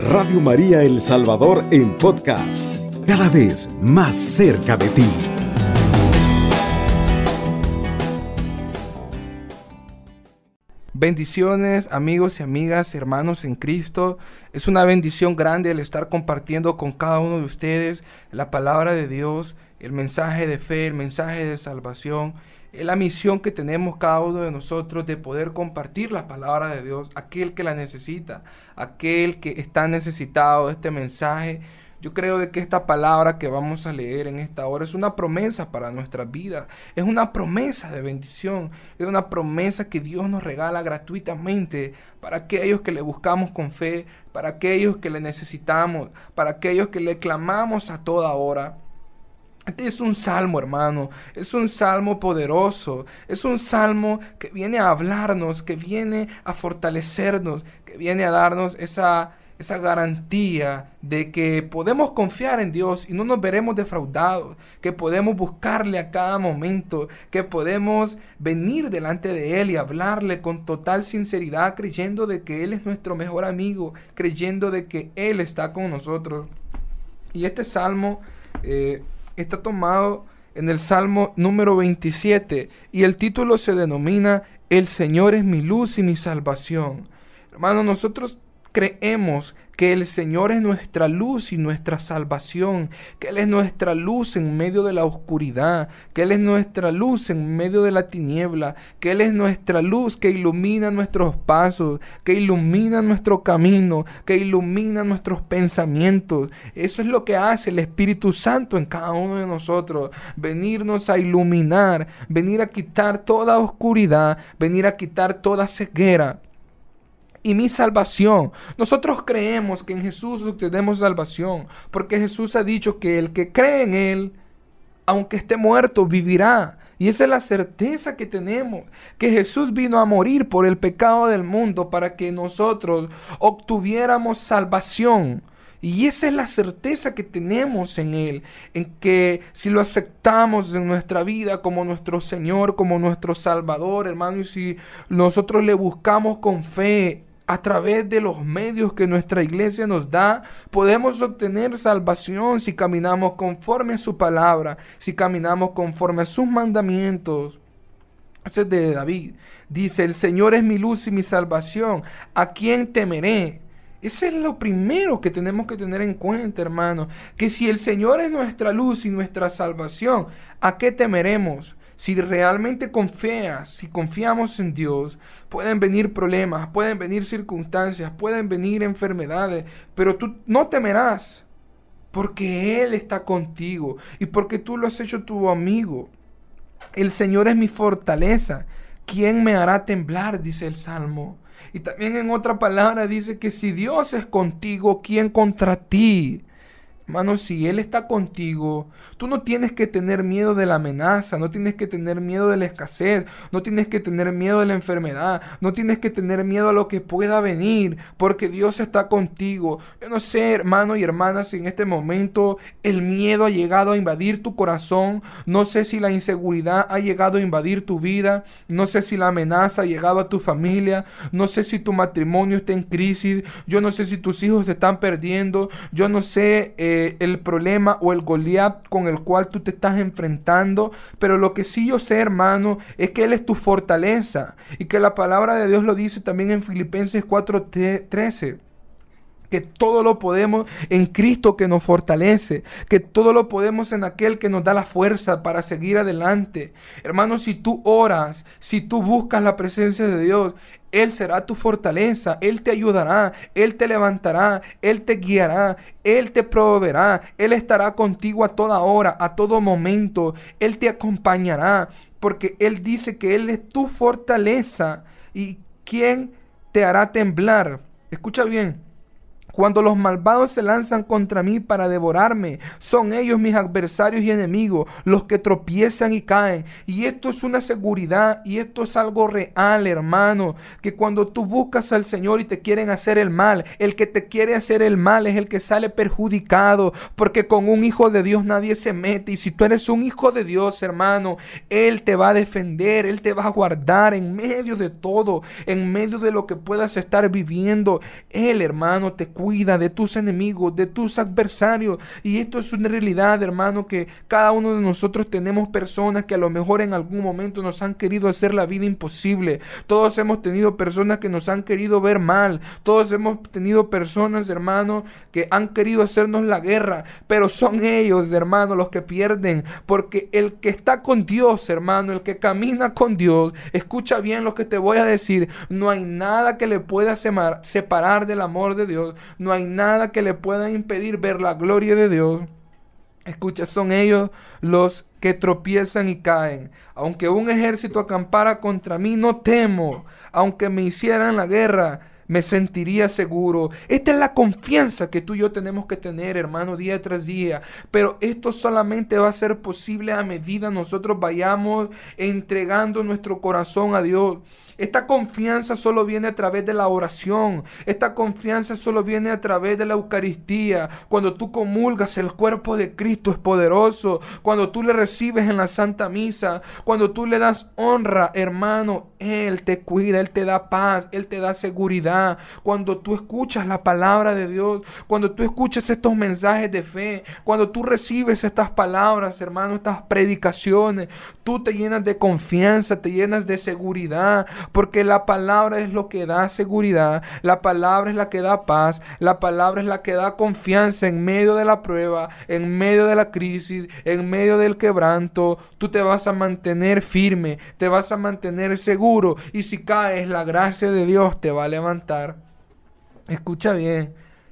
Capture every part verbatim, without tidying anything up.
Radio María El Salvador en podcast, cada vez más cerca de ti. Bendiciones, amigos y amigas, hermanos en Cristo. Es una bendición grande el estar compartiendo con cada uno de ustedes la palabra de Dios, el mensaje de fe, el mensaje de salvación, la misión que tenemos cada uno de nosotros de poder compartir la palabra de Dios, aquel que la necesita, aquel que está necesitado de este mensaje. Yo creo de que esta palabra que vamos a leer en esta hora es una promesa para nuestras vidas, es una promesa de bendición, es una promesa que Dios nos regala gratuitamente para aquellos que le buscamos con fe, para aquellos que le necesitamos, para aquellos que le clamamos a toda hora. Este es un salmo, hermano, es un salmo poderoso, es un salmo que viene a hablarnos, que viene a fortalecernos, que viene a darnos esa, esa garantía de que podemos confiar en Dios y no nos veremos defraudados, que podemos buscarle a cada momento, que podemos venir delante de Él y hablarle con total sinceridad, creyendo de que Él es nuestro mejor amigo, creyendo de que Él está con nosotros. Y este salmo eh, está tomado en el Salmo número veintisiete y el título se denomina El Señor es mi luz y mi salvación. Hermano, nosotros creemos que el Señor es nuestra luz y nuestra salvación, que Él es nuestra luz en medio de la oscuridad, que Él es nuestra luz en medio de la tiniebla, que Él es nuestra luz que ilumina nuestros pasos, que ilumina nuestro camino, que ilumina nuestros pensamientos. Eso es lo que hace el Espíritu Santo en cada uno de nosotros, venirnos a iluminar, venir a quitar toda oscuridad, venir a quitar toda ceguera. Y mi salvación. Nosotros creemos que en Jesús obtenemos salvación, porque Jesús ha dicho que el que cree en Él, aunque esté muerto, vivirá. Y esa es la certeza que tenemos, que Jesús vino a morir por el pecado del mundo para que nosotros obtuviéramos salvación. Y esa es la certeza que tenemos en Él, en que si lo aceptamos en nuestra vida como nuestro Señor, como nuestro Salvador, hermano, y si nosotros le buscamos con fe, a través de los medios que nuestra iglesia nos da, podemos obtener salvación si caminamos conforme a su palabra, si caminamos conforme a sus mandamientos. Este es de David. Dice, el Señor es mi luz y mi salvación. ¿A quién temeré? Ese es lo primero que tenemos que tener en cuenta, hermano. Que si el Señor es nuestra luz y nuestra salvación, ¿a qué temeremos? Si realmente confías, si confiamos en Dios, pueden venir problemas, pueden venir circunstancias, pueden venir enfermedades, pero tú no temerás, porque Él está contigo y porque tú lo has hecho tu amigo. El Señor es mi fortaleza. ¿Quién me hará temblar?, dice el Salmo. Y también en otra palabra dice que si Dios es contigo, ¿quién contra ti? Hermano, si Él está contigo, tú no tienes que tener miedo de la amenaza, no tienes que tener miedo de la escasez, no tienes que tener miedo de la enfermedad, no tienes que tener miedo a lo que pueda venir, porque Dios está contigo. Yo no sé, hermano y hermana, si en este momento el miedo ha llegado a invadir tu corazón, no sé si la inseguridad ha llegado a invadir tu vida, no sé si la amenaza ha llegado a tu familia, no sé si tu matrimonio está en crisis, yo no sé si tus hijos se están perdiendo, yo no sé eh, el problema o el Goliat con el cual tú te estás enfrentando, pero lo que sí yo sé, hermano, es que Él es tu fortaleza y que la palabra de Dios lo dice también en Filipenses cuatro trece. Que todo lo podemos en Cristo que nos fortalece, que todo lo podemos en aquel que nos da la fuerza para seguir adelante. Hermano, si tú oras, si tú buscas la presencia de Dios, Él será tu fortaleza, Él te ayudará, Él te levantará, Él te guiará, Él te proveerá, Él estará contigo a toda hora, a todo momento, Él te acompañará, porque Él dice que Él es tu fortaleza. ¿Y quién te hará temblar? Escucha bien. Cuando los malvados se lanzan contra mí para devorarme, son ellos mis adversarios y enemigos, los que tropiezan y caen. Y esto es una seguridad y esto es algo real, hermano, que cuando tú buscas al Señor y te quieren hacer el mal, el que te quiere hacer el mal es el que sale perjudicado, porque con un hijo de Dios nadie se mete. Y si tú eres un hijo de Dios, hermano, Él te va a defender, Él te va a guardar en medio de todo, en medio de lo que puedas estar viviendo. Él, hermano, te cuida. cuida de tus enemigos, de tus adversarios. Y esto es una realidad, hermano, que cada uno de nosotros tenemos personas que a lo mejor en algún momento nos han querido hacer la vida imposible. Todos hemos tenido personas que nos han querido ver mal. Todos hemos tenido personas, hermano, que han querido hacernos la guerra. Pero son ellos, hermano, los que pierden. Porque el que está con Dios, hermano, el que camina con Dios, escucha bien lo que te voy a decir. No hay nada que le pueda separar del amor de Dios. No hay nada que le pueda impedir ver la gloria de Dios. Escucha, son ellos los que tropiezan y caen. Aunque un ejército acampara contra mí, no temo. Aunque me hicieran la guerra, me sentiría seguro. Esta es la confianza que tú y yo tenemos que tener, hermano, día tras día. Pero esto solamente va a ser posible a medida nosotros vayamos entregando nuestro corazón a Dios. Esta confianza solo viene a través de la oración. Esta confianza solo viene a través de la Eucaristía. Cuando tú comulgas, el cuerpo de Cristo es poderoso. Cuando tú le recibes en la Santa Misa. Cuando tú le das honra, hermano, Él te cuida, Él te da paz, Él te da seguridad. Cuando tú escuchas la palabra de Dios, cuando tú escuchas estos mensajes de fe, cuando tú recibes estas palabras, hermano, estas predicaciones, tú te llenas de confianza, te llenas de seguridad. Porque la palabra es lo que da seguridad, la palabra es la que da paz, la palabra es la que da confianza en medio de la prueba, en medio de la crisis, en medio del quebranto. Tú te vas a mantener firme, te vas a mantener seguro, y si caes, la gracia de Dios te va a levantar. Escucha bien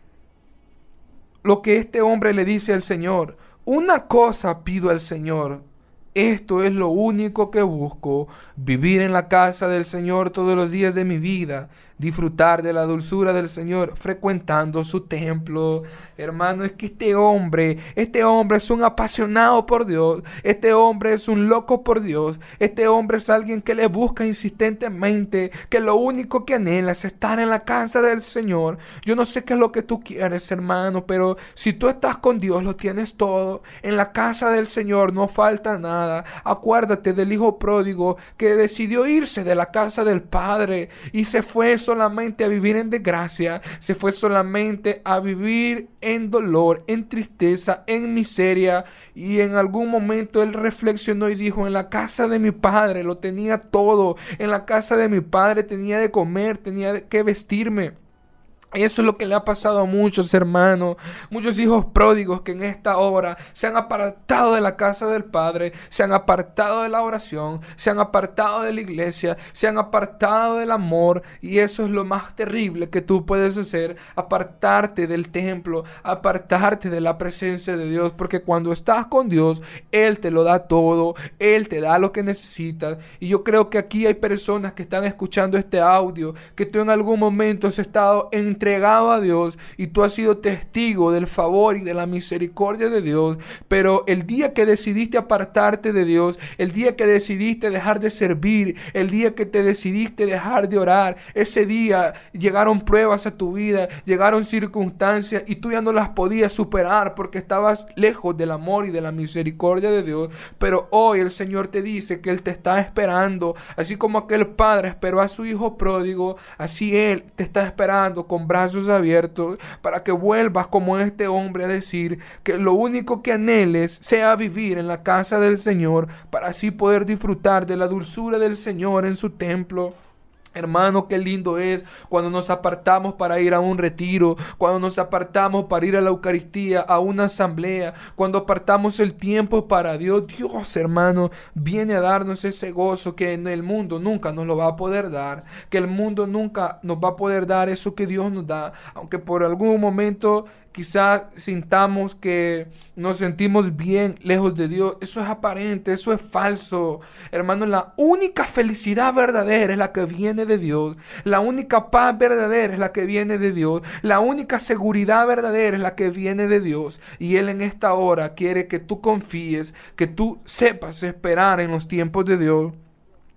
lo que este hombre le dice al Señor: una cosa pido al Señor. Esto es lo único que busco, vivir en la casa del Señor todos los días de mi vida, disfrutar de la dulzura del Señor, frecuentando su templo. Hermano, es que este hombre, este hombre es un apasionado por Dios, este hombre es un loco por Dios, este hombre es alguien que le busca insistentemente, que lo único que anhela es estar en la casa del Señor. Yo no sé qué es lo que tú quieres, hermano, pero si tú estás con Dios, lo tienes todo. En la casa del Señor no falta nada. Acuérdate del hijo pródigo que decidió irse de la casa del padre y se fue solamente a vivir en desgracia, se fue solamente a vivir en dolor, en tristeza, en miseria. Y en algún momento él reflexionó y dijo: en la casa de mi padre lo tenía todo, en la casa de mi padre tenía de comer, tenía de que vestirme. Eso es lo que le ha pasado a muchos hermanos, muchos hijos pródigos que en esta hora se han apartado de la casa del Padre, se han apartado de la oración, se han apartado de la iglesia, se han apartado del amor. Y eso es lo más terrible que tú puedes hacer: apartarte del templo, apartarte de la presencia de Dios. Porque cuando estás con Dios, Él te lo da todo, Él te da lo que necesitas. Y yo creo que aquí hay personas que están escuchando este audio, que tú en algún momento has estado en entregado a Dios y tú has sido testigo del favor y de la misericordia de Dios. Pero el día que decidiste apartarte de Dios, el día que decidiste dejar de servir, el día que te decidiste dejar de orar, ese día llegaron pruebas a tu vida, llegaron circunstancias y tú ya no las podías superar porque estabas lejos del amor y de la misericordia de Dios. Pero hoy el Señor te dice que Él te está esperando, así como aquel padre esperó a su hijo pródigo, así Él te está esperando con brazos abiertos para que vuelvas como este hombre a decir que lo único que anheles sea vivir en la casa del Señor, para así poder disfrutar de la dulzura del Señor en su templo. Hermano, qué lindo es cuando nos apartamos para ir a un retiro, cuando nos apartamos para ir a la Eucaristía, a una asamblea, cuando apartamos el tiempo para Dios. Dios, hermano, viene a darnos ese gozo que en el mundo nunca nos lo va a poder dar, que el mundo nunca nos va a poder dar eso que Dios nos da, aunque por algún momento quizás sintamos que nos sentimos bien lejos de Dios. Eso es aparente, eso es falso. Hermano, la única felicidad verdadera es la que viene de Dios. La única paz verdadera es la que viene de Dios. La única seguridad verdadera es la que viene de Dios. Y Él en esta hora quiere que tú confíes, que tú sepas esperar en los tiempos de Dios.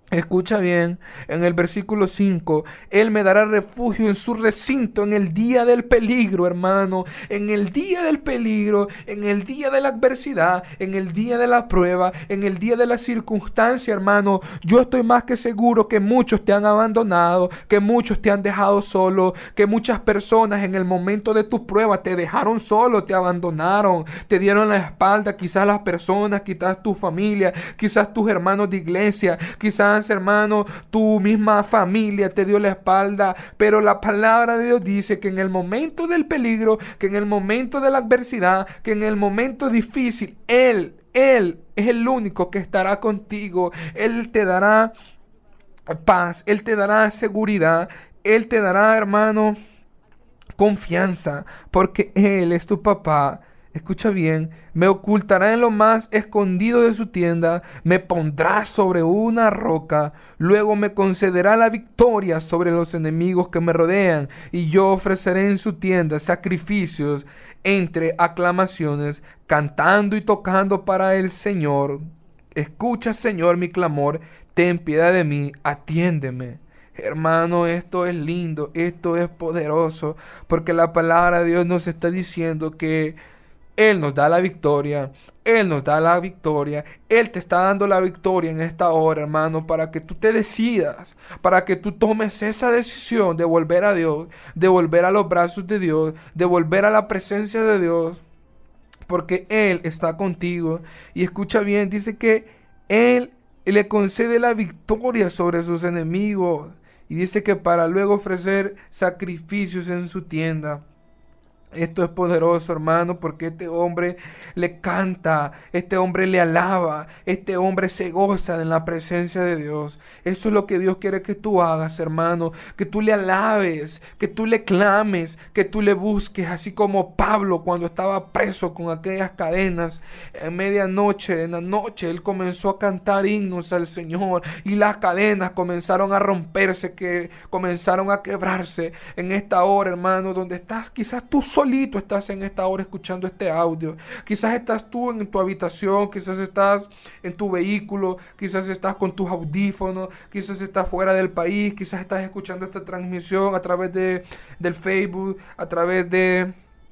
Escucha bien, en el versículo cinco, Él me dará refugio en su recinto en el día del peligro, hermano, en el día del peligro, en el día de la adversidad, en el día de la prueba, en el día de la circunstancia, hermano. Yo estoy más que seguro que muchos te han abandonado, que muchos te han dejado solo, que muchas personas en el momento de tu prueba te dejaron solo, te abandonaron, te dieron la espalda, quizás las personas, quizás tu familia, quizás tus hermanos de iglesia, quizás hermano, tu misma familia te dio la espalda, pero la palabra de Dios dice que en el momento del peligro, que en el momento de la adversidad, que en el momento difícil, Él, Él es el único que estará contigo. Él te dará paz, Él te dará seguridad, Él te dará, hermano, confianza, porque Él es tu papá. Escucha bien, me ocultará en lo más escondido de su tienda, me pondrá sobre una roca, luego me concederá la victoria sobre los enemigos que me rodean, y yo ofreceré en su tienda sacrificios entre aclamaciones, cantando y tocando para el Señor. Escucha, Señor, mi clamor, ten piedad de mí, atiéndeme. Hermano, esto es lindo, esto es poderoso, porque la palabra de Dios nos está diciendo que Él nos da la victoria, Él nos da la victoria, Él te está dando la victoria en esta hora, hermano, para que tú te decidas, para que tú tomes esa decisión de volver a Dios, de volver a los brazos de Dios, de volver a la presencia de Dios, porque Él está contigo. Y escucha bien, dice que Él le concede la victoria sobre sus enemigos, y dice que para luego ofrecer sacrificios en su tienda. Esto es poderoso, hermano, porque este hombre le canta, este hombre le alaba, este hombre se goza en la presencia de Dios. Eso es lo que Dios quiere que tú hagas, hermano, que tú le alabes, que tú le clames, que tú le busques, así como Pablo cuando estaba preso con aquellas cadenas, en medianoche, en la noche, él comenzó a cantar himnos al Señor y las cadenas comenzaron a romperse, que comenzaron a quebrarse. En esta hora, hermano, donde estás, quizás tú solito estás en esta hora escuchando este audio. Quizás estás tú en tu habitación, quizás estás en tu vehículo, quizás estás con tus audífonos, quizás estás fuera del país, quizás estás escuchando esta transmisión a través de, del Facebook, a través de...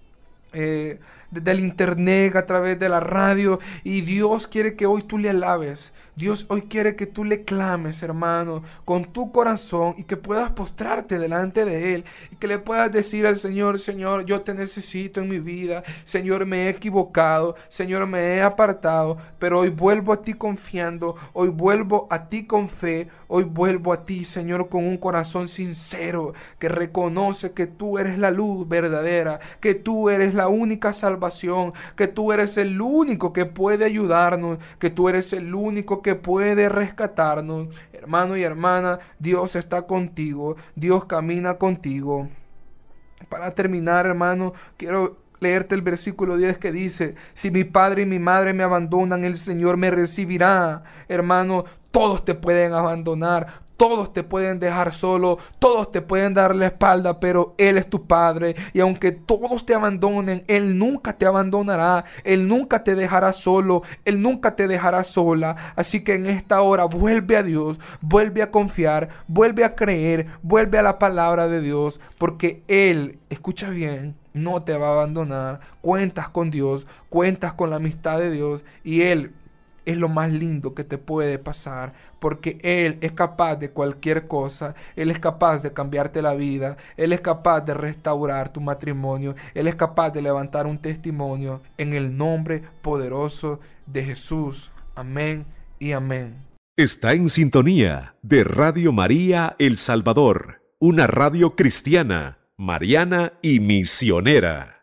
Eh, del internet, a través de la radio, y Dios quiere que hoy tú le alabes. Dios hoy quiere que tú le clames, hermano, con tu corazón, y que puedas postrarte delante de Él y que le puedas decir al Señor: Señor, yo te necesito en mi vida. Señor, me he equivocado, Señor, me he apartado, pero hoy vuelvo a ti confiando, hoy vuelvo a ti con fe, hoy vuelvo a ti, Señor, con un corazón sincero que reconoce que tú eres la luz verdadera, que tú eres la única salvación, que tú eres el único que puede ayudarnos, que tú eres el único que puede rescatarnos. Hermano y hermana, Dios está contigo, Dios camina contigo. Para terminar, hermano, quiero leerte el versículo diez que dice: si mi padre y mi madre me abandonan, el Señor me recibirá. Hermano, todos te pueden abandonar, todos te pueden dejar solo, todos te pueden dar la espalda, pero Él es tu Padre, y aunque todos te abandonen, Él nunca te abandonará, Él nunca te dejará solo, Él nunca te dejará sola. Así que en esta hora vuelve a Dios, vuelve a confiar, vuelve a creer, vuelve a la palabra de Dios, porque Él, escucha bien, no te va a abandonar. Cuentas con Dios, cuentas con la amistad de Dios, y Él es lo más lindo que te puede pasar, porque Él es capaz de cualquier cosa. Él es capaz de cambiarte la vida, Él es capaz de restaurar tu matrimonio, Él es capaz de levantar un testimonio en el nombre poderoso de Jesús. Amén y amén. Está en sintonía de Radio María El Salvador, una radio cristiana, mariana y misionera.